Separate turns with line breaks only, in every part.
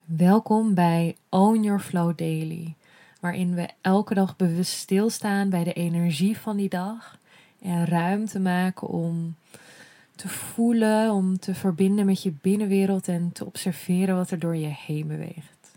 Welkom bij Own Your Flow Daily, waarin we elke dag bewust stilstaan bij de energie van die dag en ruimte maken om te voelen, om te verbinden met je binnenwereld en te observeren wat er door je heen beweegt.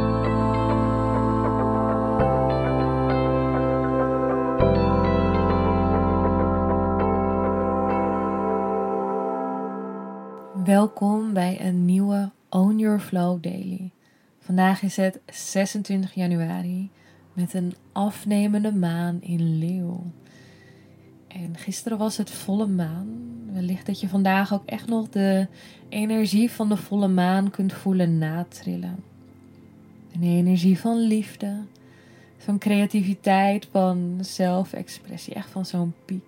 Welkom bij een nieuwe Own Your Flow Daily. Vandaag is het 26 januari met een afnemende maan in Leeuw. En gisteren was het volle maan. Wellicht dat je vandaag ook echt nog de energie van de volle maan kunt voelen natrillen. Een energie van liefde, van creativiteit, van zelfexpressie, echt van zo'n piek.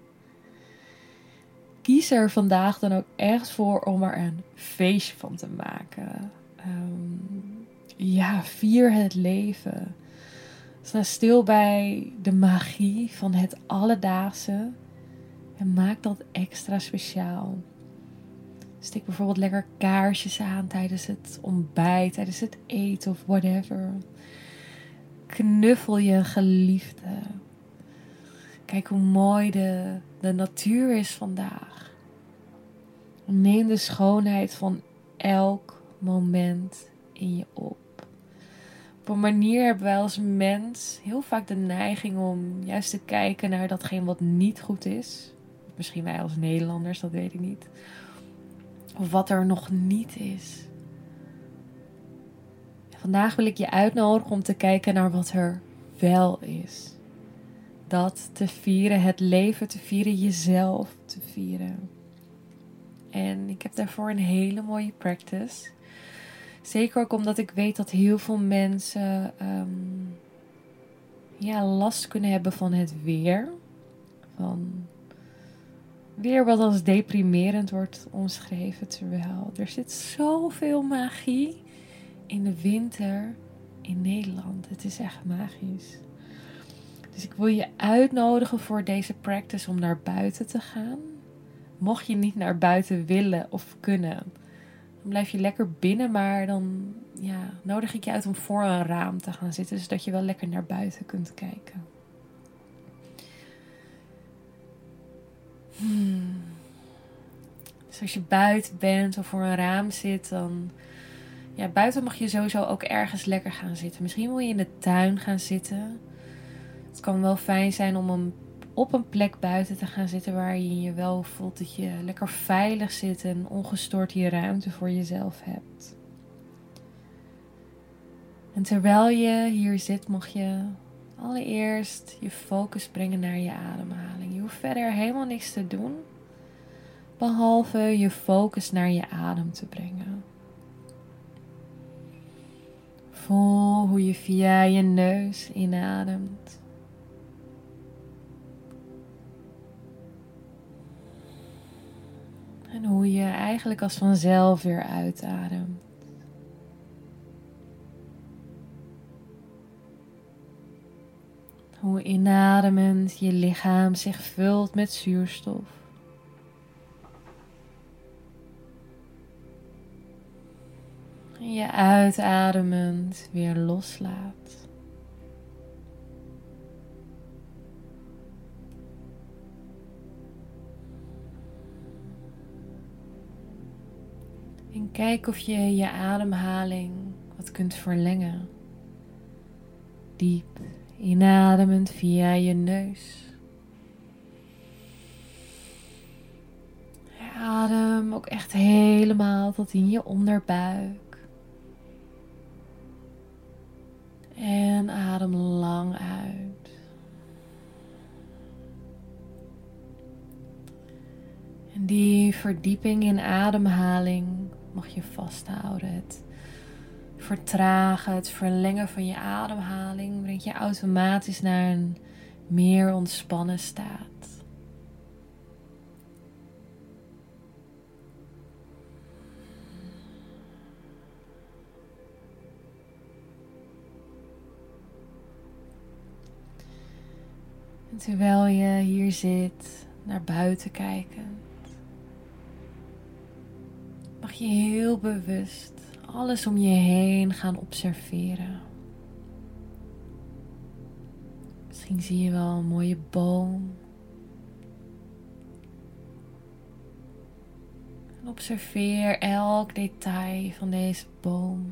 Kies er vandaag dan ook echt voor om er een feestje van te maken. Vier het leven. Sta stil bij de magie van het alledaagse en maak dat extra speciaal. Steek bijvoorbeeld lekker kaarsjes aan tijdens het ontbijt, tijdens het eten of whatever. Knuffel je geliefde. Kijk hoe mooi de natuur is vandaag. Neem de schoonheid van elk moment in je op. Op een manier hebben wij als mens heel vaak de neiging om juist te kijken naar datgene wat niet goed is. Misschien wij als Nederlanders, dat weet ik niet. Of wat er nog niet is. Vandaag wil ik je uitnodigen om te kijken naar wat er wel is. Dat te vieren, het leven te vieren, jezelf te vieren. En ik heb daarvoor een hele mooie practice. Zeker ook omdat ik weet dat heel veel mensen last kunnen hebben van het weer. Van weer wat als deprimerend wordt omschreven. Terwijl er zit zoveel magie in de winter in Nederland. Het is echt magisch. Dus ik wil je uitnodigen voor deze practice om naar buiten te gaan. Mocht je niet naar buiten willen of kunnen, dan blijf je lekker binnen. Maar dan nodig ik je uit om voor een raam te gaan zitten, zodat je wel lekker naar buiten kunt kijken. Dus als je buiten bent of voor een raam zit, dan buiten mag je sowieso ook ergens lekker gaan zitten. Misschien wil je in de tuin gaan zitten. Het kan wel fijn zijn om op een plek buiten te gaan zitten waar je je wel voelt dat je lekker veilig zit en ongestoord je ruimte voor jezelf hebt. En terwijl je hier zit, mag je allereerst je focus brengen naar je ademhaling. Je hoeft verder helemaal niks te doen, behalve je focus naar je adem te brengen. Voel hoe je via je neus inademt. En hoe je eigenlijk als vanzelf weer uitademt. Hoe inademend je lichaam zich vult met zuurstof. En je uitademend weer loslaat. En kijk of je je ademhaling wat kunt verlengen. Diep inademend via je neus. Adem ook echt helemaal tot in je onderbuik. En adem lang uit. En die verdieping in ademhaling mag je vasthouden. Het vertragen, het verlengen van je ademhaling brengt je automatisch naar een meer ontspannen staat. En terwijl je hier zit, naar buiten kijkend, mag je heel bewust alles om je heen gaan observeren. Misschien zie je wel een mooie boom. En observeer elk detail van deze boom.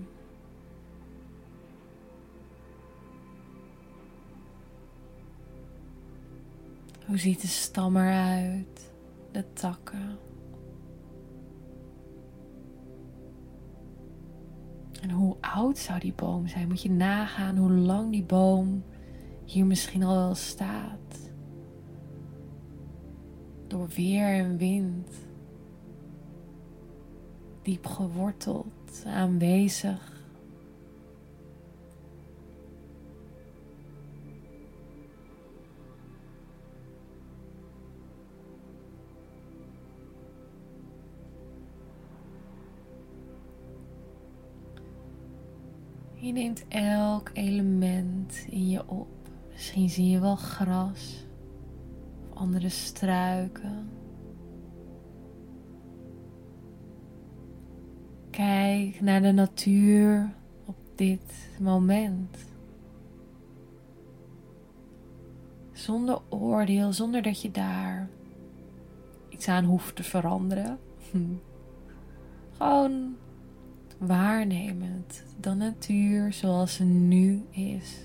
Hoe ziet de stam eruit? De takken. En hoe oud zou die boom zijn? Moet je nagaan hoe lang die boom hier misschien al wel staat. Door weer en wind. Diep geworteld, aanwezig. Je neemt elk element in je op. Misschien zie je wel gras of andere struiken. Kijk naar de natuur op dit moment. Zonder oordeel, zonder dat je daar iets aan hoeft te veranderen. Gewoon waarnemend de natuur zoals ze nu is.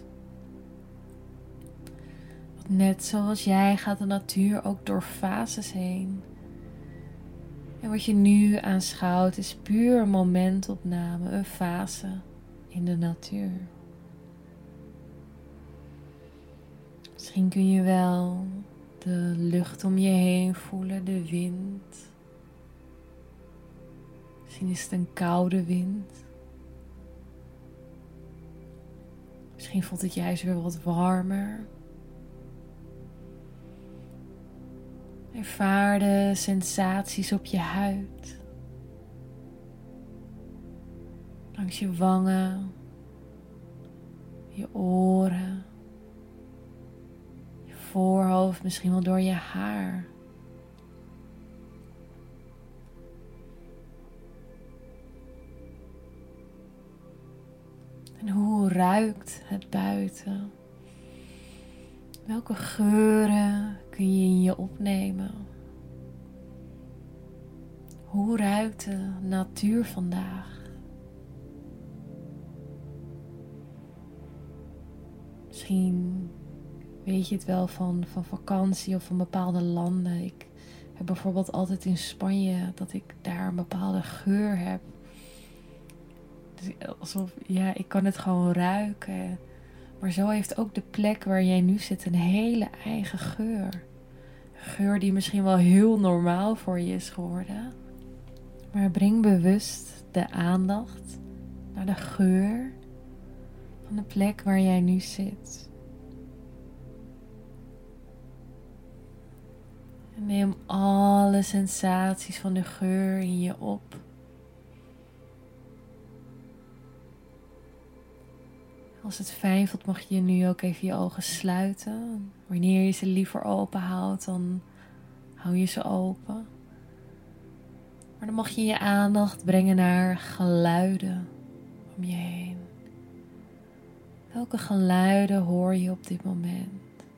Want net zoals jij gaat de natuur ook door fases heen. En wat je nu aanschouwt is puur een momentopname, een fase in de natuur. Misschien kun je wel de lucht om je heen voelen, de wind. Misschien is het een koude wind. Misschien voelt het juist weer wat warmer. Ervaar de sensaties op je huid. Langs je wangen, je oren, je voorhoofd, misschien wel door je haar. En hoe ruikt het buiten? Welke geuren kun je in je opnemen? Hoe ruikt de natuur vandaag? Misschien weet je het wel van vakantie of van bepaalde landen. Ik heb bijvoorbeeld altijd in Spanje dat ik daar een bepaalde geur heb. Dus alsof, ja, ik kan het gewoon ruiken. Maar zo heeft ook de plek waar jij nu zit een hele eigen geur. Een geur die misschien wel heel normaal voor je is geworden. Maar breng bewust de aandacht naar de geur van de plek waar jij nu zit. En neem alle sensaties van de geur in je op. Als het fijn voelt, mag je nu ook even je ogen sluiten. Wanneer je ze liever open houdt, dan hou je ze open. Maar dan mag je je aandacht brengen naar geluiden om je heen. Welke geluiden hoor je op dit moment?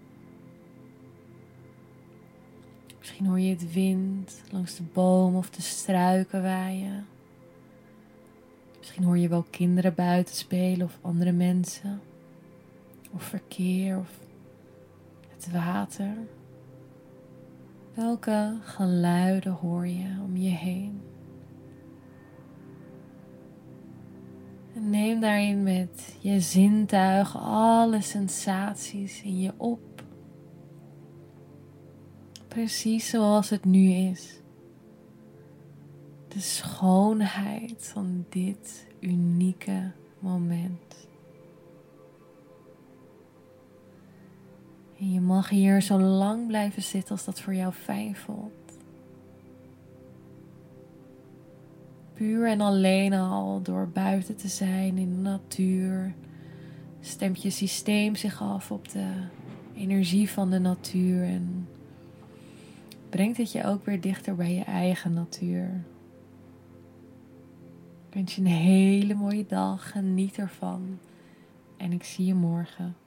Misschien hoor je het wind langs de boom of de struiken waaien. Misschien hoor je wel kinderen buiten spelen of andere mensen. Of verkeer of het water. Welke geluiden hoor je om je heen? En neem daarin met je zintuigen alle sensaties in je op. Precies zoals het nu is. De schoonheid van dit unieke moment. En je mag hier zo lang blijven zitten als dat voor jou fijn voelt. Puur en alleen al door buiten te zijn in de natuur, stemt je systeem zich af op de energie van de natuur en brengt het je ook weer dichter bij je eigen natuur. Ik wens je een hele mooie dag. Geniet ervan. En ik zie je morgen.